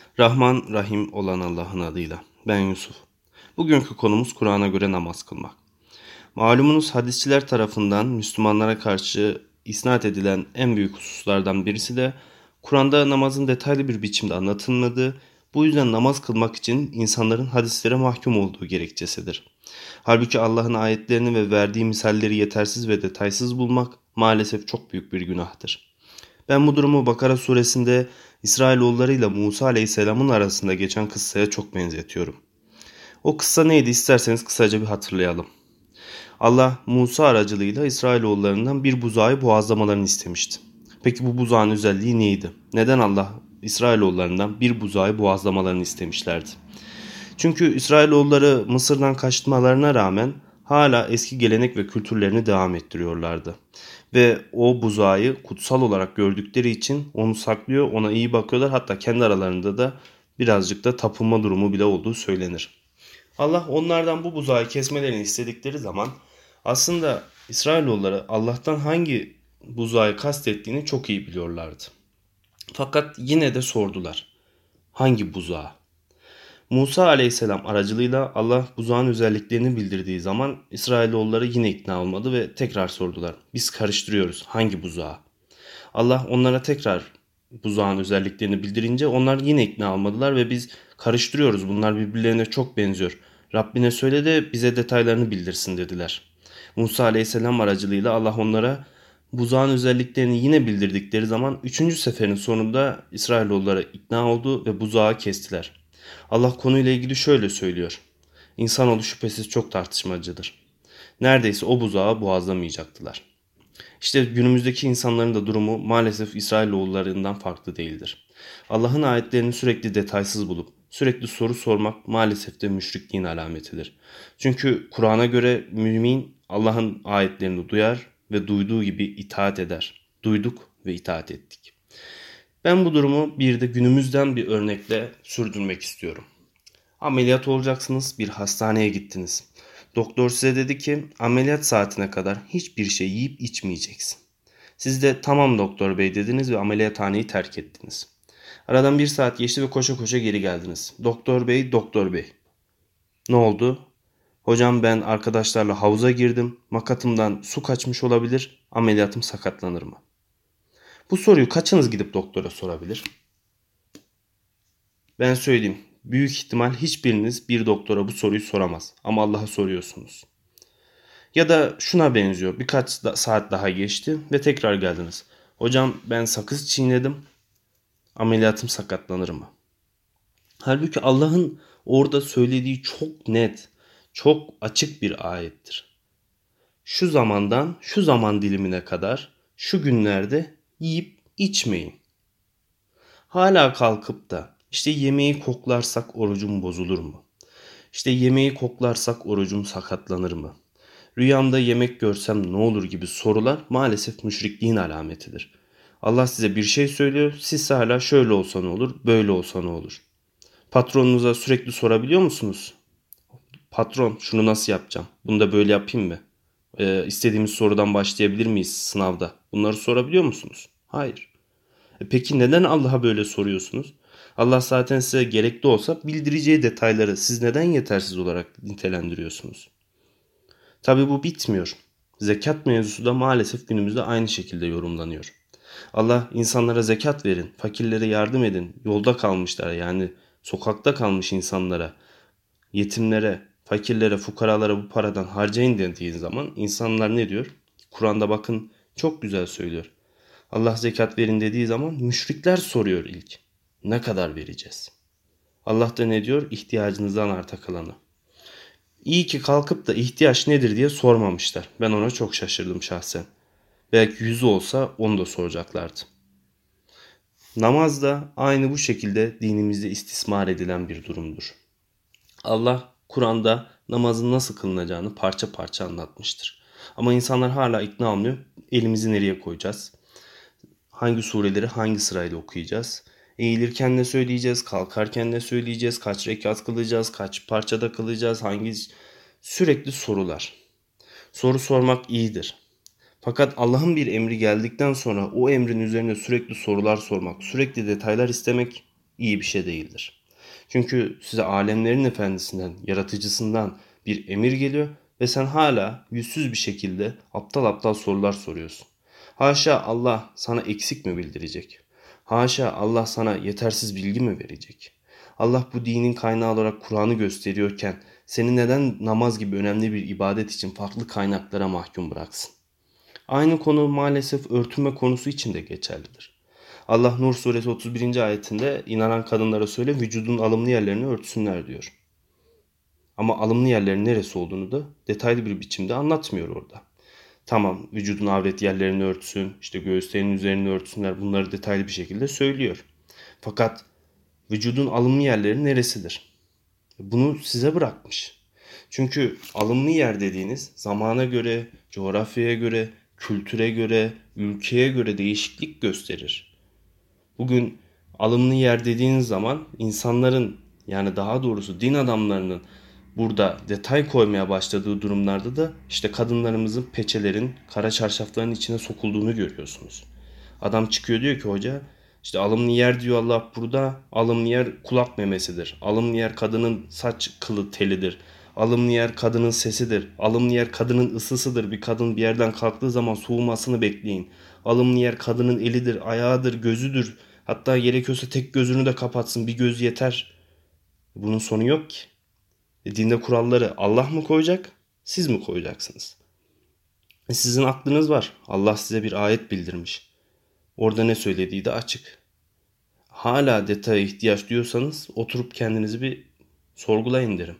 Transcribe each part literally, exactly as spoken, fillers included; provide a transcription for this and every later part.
Rahman Rahim olan Allah'ın adıyla. Ben Yusuf. Bugünkü konumuz Kur'an'a göre namaz kılmak. Malumunuz hadisçiler tarafından Müslümanlara karşı isnat edilen en büyük hususlardan birisi de Kur'an'da namazın detaylı bir biçimde anlatılmadığı, bu yüzden namaz kılmak için insanların hadislere mahkum olduğu gerekçesidir. Halbuki Allah'ın ayetlerini ve verdiği misalleri yetersiz ve detaysız bulmak maalesef çok büyük bir günahtır. Ben bu durumu Bakara suresinde İsrailoğulları ile Musa aleyhisselamın arasında geçen kıssaya çok benzetiyorum. O kıssa neydi isterseniz kısaca bir hatırlayalım. Allah Musa aracılığıyla İsrailoğullarından bir buzağı boğazlamalarını istemişti. Peki bu buzağın özelliği neydi? Neden Allah İsrailoğullarından bir buzağı boğazlamalarını istemişlerdi? Çünkü İsrailoğulları Mısır'dan kaçmalarına rağmen hala eski gelenek ve kültürlerini devam ettiriyorlardı. Ve o buzağı kutsal olarak gördükleri için onu saklıyor, ona iyi bakıyorlar. Hatta kendi aralarında da birazcık da tapınma durumu bile olduğu söylenir. Allah onlardan bu buzağı kesmelerini istedikleri zaman aslında İsrailoğulları Allah'tan hangi buzağı kastettiğini çok iyi biliyorlardı. Fakat yine de sordular. Hangi buzağı? Musa aleyhisselam aracılığıyla Allah buzağın özelliklerini bildirdiği zaman İsrailoğulları yine ikna olmadı ve tekrar sordular. Biz karıştırıyoruz, hangi buzağı? Allah onlara tekrar buzağın özelliklerini bildirince onlar yine ikna olmadılar ve biz karıştırıyoruz, bunlar birbirlerine çok benziyor. Rabbine söyle de bize detaylarını bildirsin dediler. Musa aleyhisselam aracılığıyla Allah onlara buzağın özelliklerini yine bildirdikleri zaman üçüncü seferin sonunda İsrailoğulları ikna oldu ve buzağı kestiler. Allah konuyla ilgili şöyle söylüyor. İnsanoğlu şüphesiz çok tartışmacıdır. Neredeyse o buzağı boğazlamayacaktılar. İşte günümüzdeki insanların da durumu maalesef İsrailoğullarından farklı değildir. Allah'ın ayetlerini sürekli detaysız bulup sürekli soru sormak maalesef de müşrikliğin alametidir. Çünkü Kur'an'a göre mümin Allah'ın ayetlerini duyar ve duyduğu gibi itaat eder. Duyduk ve itaat ettik. Ben bu durumu bir de günümüzden bir örnekle sürdürmek istiyorum. Ameliyat olacaksınız, bir hastaneye gittiniz. Doktor size dedi ki ameliyat saatine kadar hiçbir şey yiyip içmeyeceksin. Siz de tamam doktor bey dediniz ve ameliyathaneyi terk ettiniz. Aradan bir saat geçti ve koşa koşa geri geldiniz. Doktor bey, doktor bey. Ne oldu? Hocam ben arkadaşlarla havuza girdim. Makatımdan su kaçmış olabilir. Ameliyatım sakatlanır mı? Bu soruyu kaçınız gidip doktora sorabilir? Ben söyleyeyim. Büyük ihtimal hiçbiriniz bir doktora bu soruyu soramaz. Ama Allah'a soruyorsunuz. Ya da şuna benziyor. Birkaç da saat daha geçti ve tekrar geldiniz. Hocam ben sakız çiğnedim. Ameliyatım sakatlanır mı? Halbuki Allah'ın orada söylediği çok net, çok açık bir ayettir. Şu zamandan şu zaman dilimine kadar şu günlerde yiyip içmeyin. Hala kalkıp da işte yemeği koklarsak orucum bozulur mu? İşte yemeği koklarsak orucum sakatlanır mı? Rüyamda yemek görsem ne olur gibi sorular maalesef müşrikliğin alametidir. Allah size bir şey söylüyor, siz hala şöyle olsa ne olur, böyle olsa ne olur? Patronunuza sürekli sorabiliyor musunuz? Patron şunu nasıl yapacağım? Bunu da böyle yapayım mı? Ee, istediğimiz sorudan başlayabilir miyiz sınavda? Bunları sorabiliyor musunuz? Hayır. E peki neden Allah'a böyle soruyorsunuz? Allah zaten size gerekli olsa bildireceği detayları siz neden yetersiz olarak nitelendiriyorsunuz? Tabi bu bitmiyor. Zekat mevzusu da maalesef günümüzde aynı şekilde yorumlanıyor. Allah insanlara zekat verin, fakirlere yardım edin, yolda kalmışlar yani sokakta kalmış insanlara, yetimlere, fakirlere, fukaralara bu paradan harcayın dediği zaman insanlar ne diyor? Kur'an'da bakın çok güzel söylüyor. Allah zekat verin dediği zaman müşrikler soruyor ilk. Ne kadar vereceğiz? Allah da ne diyor? İhtiyacınızdan arta kalanı. İyi ki kalkıp da ihtiyaç nedir diye sormamışlar. Ben ona çok şaşırdım şahsen. Belki yüzü olsa onu da soracaklardı. Namaz da aynı bu şekilde dinimizde istismar edilen bir durumdur. Allah Kur'an'da namazın nasıl kılınacağını parça parça anlatmıştır. Ama insanlar hala ikna olmuyor. Elimizi nereye koyacağız? Hangi sureleri hangi sırayla okuyacağız? Eğilirken ne söyleyeceğiz? Kalkarken ne söyleyeceğiz? Kaç rekat kılacağız? Kaç parçada kılacağız? Hangi sürekli sorular. Soru sormak iyidir. Fakat Allah'ın bir emri geldikten sonra o emrin üzerine sürekli sorular sormak, sürekli detaylar istemek iyi bir şey değildir. Çünkü size alemlerin efendisinden, yaratıcısından bir emir geliyor ve sen hala yüzsüz bir şekilde aptal aptal sorular soruyorsun. Haşa Allah sana eksik mi bildirecek? Haşa Allah sana yetersiz bilgi mi verecek? Allah bu dinin kaynağı olarak Kur'an'ı gösteriyorken seni neden namaz gibi önemli bir ibadet için farklı kaynaklara mahkum bıraksın? Aynı konu maalesef örtünme konusu için de geçerlidir. Allah Nur suresi otuz birinci ayetinde inanan kadınlara söyle vücudun alımlı yerlerini örtsünler diyor. Ama alımlı yerlerin neresi olduğunu da detaylı bir biçimde anlatmıyor orada. Tamam, vücudun avret yerlerini örtsün, işte göğüslerinin üzerini örtsünler, bunları detaylı bir şekilde söylüyor. Fakat vücudun alımlı yerleri neresidir? Bunu size bırakmış. Çünkü alımlı yer dediğiniz zamana göre, coğrafyaya göre, kültüre göre, ülkeye göre değişiklik gösterir. Bugün alımlı yer dediğiniz zaman insanların, yani daha doğrusu din adamlarının burada detay koymaya başladığı durumlarda da işte kadınlarımızın peçelerin, kara çarşafların içine sokulduğunu görüyorsunuz. Adam çıkıyor diyor ki hoca işte alımlı yer diyor Allah burada, alımlı yer kulak memesidir. Alımlı yer kadının saç kılı telidir. Alımlı yer kadının sesidir. Alımlı yer kadının ısısıdır. Bir kadın bir yerden kalktığı zaman soğumasını bekleyin. Alımlı yer kadının elidir, ayağıdır, gözüdür. Hatta gerekiyorsa tek gözünü de kapatsın. Bir göz yeter. Bunun sonu yok ki. E, dinde kuralları Allah mı koyacak, siz mi koyacaksınız? E, sizin aklınız var. Allah size bir ayet bildirmiş. Orada ne söylediği de açık. Hala detaya ihtiyaç duyuyorsanız oturup kendinizi bir sorgulayın derim.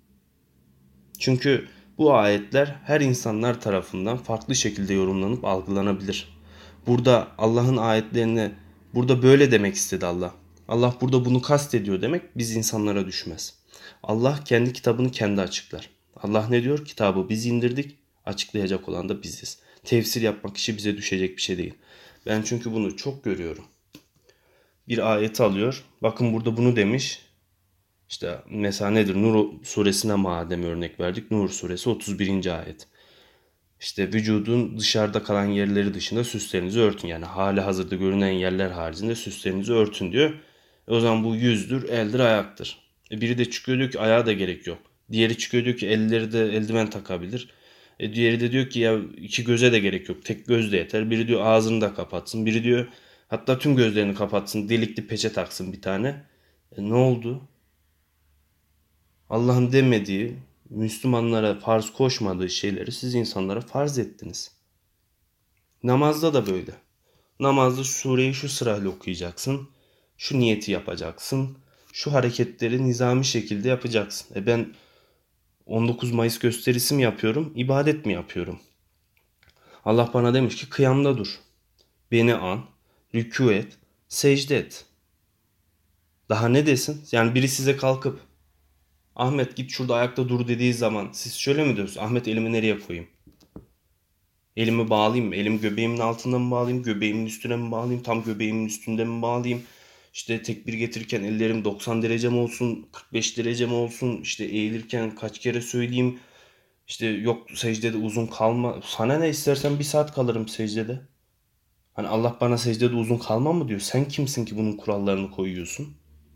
Çünkü bu ayetler her insanlar tarafından farklı şekilde yorumlanıp algılanabilir. Burada Allah'ın ayetlerine burada böyle demek istedi Allah. Allah burada bunu kastediyor demek biz insanlara düşmez. Allah kendi kitabını kendi açıklar. Allah ne diyor? Kitabı biz indirdik, açıklayacak olan da biziz. Tefsir yapmak işi bize düşecek bir şey değil. Ben çünkü bunu çok görüyorum. Bir ayet alıyor. Bakın burada bunu demiş. İşte mesela nedir? Nur suresine madem örnek verdik. Nur suresi otuz birinci ayet. İşte vücudun dışarıda kalan yerleri dışında süslerinizi örtün. Yani hali hazırda görünen yerler haricinde süslerinizi örtün diyor. E o zaman bu yüzdür, eldir, ayaktır. E biri de çıkıyor diyor ki ayağa da gerek yok. Diğeri çıkıyor diyor ki elleri de eldiven takabilir. E diğeri de diyor ki ya iki göze de gerek yok. Tek göz de yeter. Biri diyor ağzını da kapatsın. Biri diyor hatta tüm gözlerini kapatsın. Delikli peçe taksın bir tane. E ne oldu? Allah'ın demediği, Müslümanlara farz koşmadığı şeyleri siz insanlara farz ettiniz. Namazda da böyle. Namazda sureyi şu sırayla okuyacaksın. Şu niyeti yapacaksın. Şu hareketleri nizami şekilde yapacaksın. E ben on dokuz Mayıs gösterisi mi yapıyorum, ibadet mi yapıyorum? Allah bana demiş ki kıyamda dur. Beni an, rükû et, secde et. Daha ne desin? Yani biri size kalkıp Ahmet git şurada ayakta dur dediği zaman siz şöyle mi diyorsunuz? Ahmet elimi nereye koyayım? Elimi bağlayayım mı? Elimi göbeğimin altında mı bağlayayım? Göbeğimin üstüne mi bağlayayım? Tam göbeğimin üstünde mi bağlayayım? İşte tekbir getirirken ellerim doksan derece mi olsun? kırk beş derece mi olsun? İşte eğilirken kaç kere söyleyeyim? İşte yok secdede uzun kalma. Sana ne istersen bir saat kalırım secdede. Hani Allah bana secdede uzun kalma mı diyor? Sen kimsin ki bunun kurallarını koyuyorsun?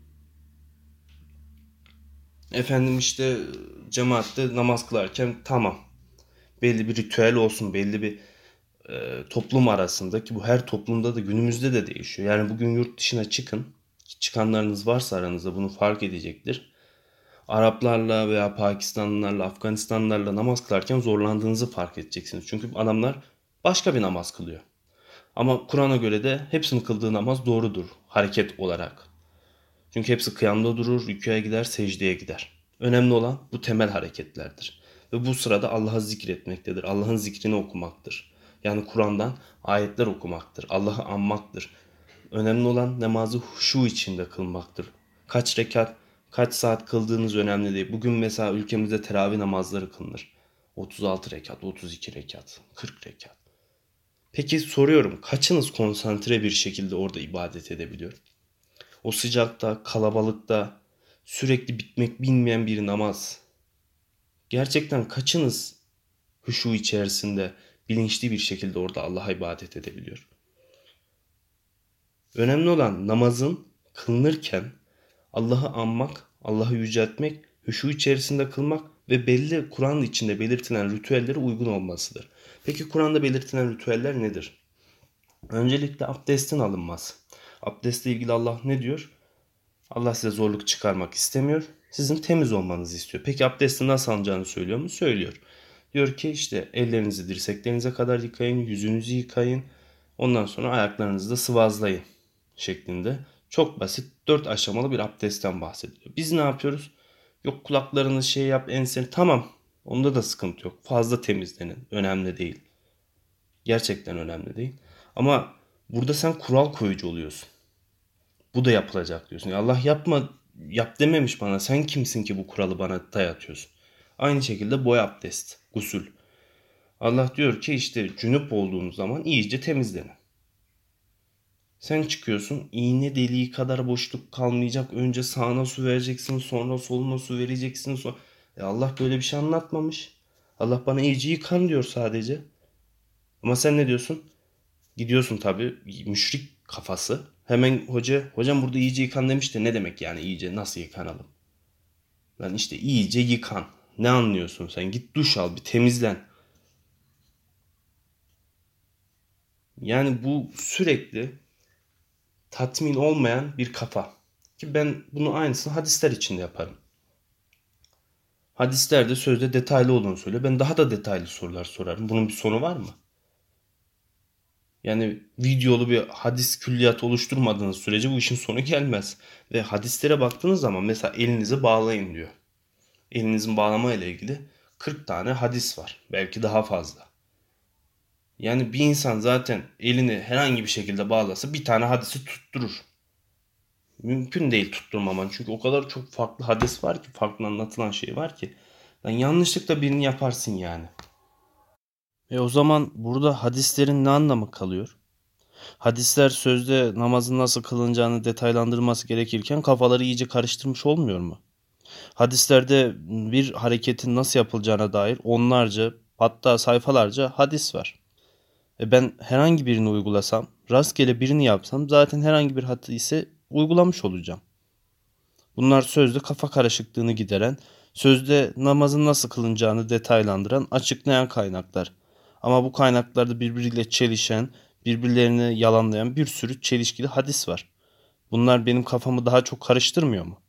Efendim işte cemaatte namaz kılarken tamam. Belli bir ritüel olsun, belli bir e, toplum arasında ki bu her toplumda da günümüzde de değişiyor. Yani bugün yurt dışına çıkın. Çıkanlarınız varsa aranızda bunu fark edecektir. Araplarla veya Pakistanlılarla, Afganistanlılarla namaz kılarken zorlandığınızı fark edeceksiniz. Çünkü adamlar başka bir namaz kılıyor. Ama Kur'an'a göre de hepsinin kıldığı namaz doğrudur hareket olarak. Çünkü hepsi kıyamda durur, rükûya gider, secdeye gider. Önemli olan bu temel hareketlerdir. Ve bu sırada Allah'ı zikretmektedir. Allah'ın zikrini okumaktır. Yani Kur'an'dan ayetler okumaktır. Allah'ı anmaktır. Önemli olan namazı huşu içinde kılmaktır. Kaç rekat, kaç saat kıldığınız önemli değil. Bugün mesela ülkemizde teravih namazları kılınır. otuz altı rekat, otuz iki rekat, kırk rekat. Peki soruyorum, kaçınız konsantre bir şekilde orada ibadet edebiliyor? O sıcakta, kalabalıkta, sürekli bitmek bilmeyen bir namaz. Gerçekten kaçınız huşu içerisinde bilinçli bir şekilde orada Allah'a ibadet edebiliyor? Önemli olan namazın kılınırken Allah'ı anmak, Allah'ı yüceltmek, huşu içerisinde kılmak ve belli Kur'an içinde belirtilen ritüellere uygun olmasıdır. Peki Kur'an'da belirtilen ritüeller nedir? Öncelikle abdestin alınması. Abdestle ilgili Allah ne diyor? Allah size zorluk çıkarmak istemiyor. Sizin temiz olmanızı istiyor. Peki abdesti nasıl alacağını söylüyor mu? Söylüyor. Diyor ki işte ellerinizi dirseklerinize kadar yıkayın, yüzünüzü yıkayın. Ondan sonra ayaklarınızı da sıvazlayın şeklinde. Çok basit dört aşamalı bir abdestten bahsediyor. Biz ne yapıyoruz? Yok kulaklarını şey yap enseni. Tamam, onda da sıkıntı yok. Fazla temizlenin. Önemli değil. Gerçekten önemli değil. Ama burada sen kural koyucu oluyorsun. Bu da yapılacak diyorsun. Ya Allah yapma, yap dememiş bana. Sen kimsin ki bu kuralı bana dayatıyorsun? Aynı şekilde boy abdest, gusül. Allah diyor ki işte cünüp olduğunuz zaman iyice temizlenin. Sen çıkıyorsun, iğne deliği kadar boşluk kalmayacak. Önce sağına su vereceksin, sonra soluna su vereceksin. Sonra... E Allah böyle bir şey anlatmamış. Allah bana iyice yıkan diyor sadece. Ama sen ne diyorsun? Gidiyorsun tabii, müşrik kafası. Hemen hoca, hocam burada iyice yıkan demiş de ne demek yani iyice nasıl yıkanalım? Lan işte iyice yıkan. Ne anlıyorsun sen? Git duş al, bir temizlen. Yani bu sürekli tatmin olmayan bir kafa. Ki ben bunu aynısını hadisler içinde yaparım. Hadislerde sözde detaylı olduğunu söylüyor. Ben daha da detaylı sorular sorarım. Bunun bir sonu var mı? Yani videolu bir hadis külliyatı oluşturmadığınız sürece bu işin sonu gelmez. Ve hadislere baktığınız zaman mesela elinizi bağlayın diyor. Elinizin bağlama ile ilgili kırk tane hadis var. Belki daha fazla. Yani bir insan zaten elini herhangi bir şekilde bağlasa bir tane hadisi tutturur. Mümkün değil tutturmaman. Çünkü o kadar çok farklı hadis var ki, farklı anlatılan şey var ki. Yani yanlışlıkla birini yaparsın yani. E o zaman burada hadislerin ne anlamı kalıyor? Hadisler sözde namazın nasıl kılınacağını detaylandırması gerekirken kafaları iyice karıştırmış olmuyor mu? Hadislerde bir hareketin nasıl yapılacağına dair onlarca hatta sayfalarca hadis var. E ben herhangi birini uygulasam, rastgele birini yapsam zaten herhangi bir hadisi uygulamış olacağım. Bunlar sözde kafa karışıklığını gideren, sözde namazın nasıl kılınacağını detaylandıran, açıklayan kaynaklar. Ama bu kaynaklarda birbiriyle çelişen, birbirlerini yalanlayan bir sürü çelişkili hadis var. Bunlar benim kafamı daha çok karıştırmıyor mu?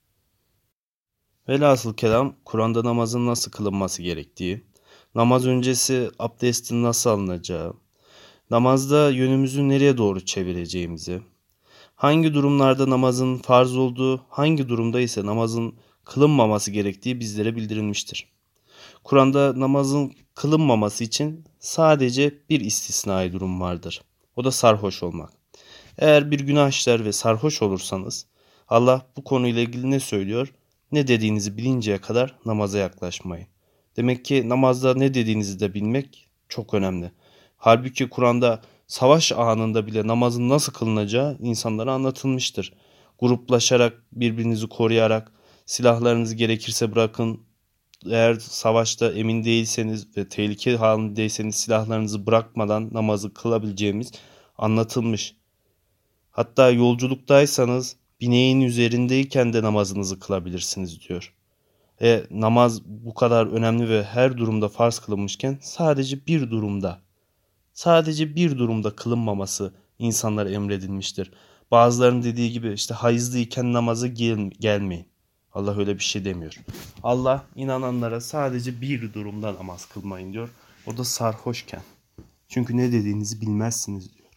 Velhasıl kelam, Kur'an'da namazın nasıl kılınması gerektiği, namaz öncesi abdestin nasıl alınacağı, namazda yönümüzü nereye doğru çevireceğimizi, hangi durumlarda namazın farz olduğu, hangi durumda ise namazın kılınmaması gerektiği bizlere bildirilmiştir. Kur'an'da namazın kılınmaması için sadece bir istisnai durum vardır. O da sarhoş olmak. Eğer bir günah işler ve sarhoş olursanız Allah bu konuyla ilgili ne söylüyor? Ne dediğinizi bilinceye kadar namaza yaklaşmayın. Demek ki namazda ne dediğinizi de bilmek çok önemli. Halbuki Kur'an'da savaş anında bile namazın nasıl kılınacağı insanlara anlatılmıştır. Gruplaşarak, birbirinizi koruyarak, silahlarınızı gerekirse bırakın. Eğer savaşta emin değilseniz ve tehlike halindeyseniz silahlarınızı bırakmadan namazı kılabileceğimiz anlatılmış. Hatta yolculuktaysanız bineğin üzerindeyken de namazınızı kılabilirsiniz diyor. E, namaz bu kadar önemli ve her durumda farz kılınmışken sadece bir durumda, sadece bir durumda kılınmaması insanlara emredilmiştir. Bazılarının dediği gibi işte hayızlıyken namaza gel- gelmeyin. Allah öyle bir şey demiyor. Allah inananlara sadece bir durumda namaz kılmayın diyor. O da sarhoşken. Çünkü ne dediğinizi bilmezsiniz diyor.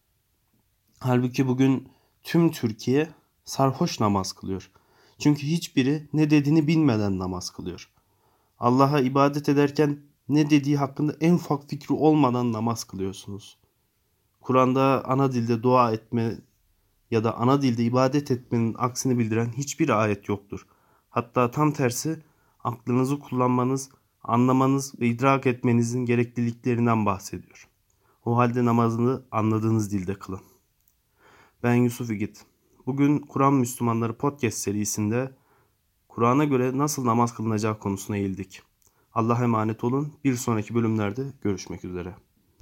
Halbuki bugün tüm Türkiye sarhoş namaz kılıyor. Çünkü hiçbiri ne dediğini bilmeden namaz kılıyor. Allah'a ibadet ederken ne dediği hakkında en ufak fikri olmadan namaz kılıyorsunuz. Kur'an'da ana dilde dua etme ya da ana dilde ibadet etmenin aksini bildiren hiçbir ayet yoktur. Hatta tam tersi aklınızı kullanmanız, anlamanız ve idrak etmenizin gerekliliklerinden bahsediyor. O halde namazını anladığınız dilde kılın. Ben Yusuf İgit. Bugün Kur'an Müslümanları podcast serisinde Kur'an'a göre nasıl namaz kılınacağı konusuna eğildik. Allah'a emanet olun. Bir sonraki bölümlerde görüşmek üzere.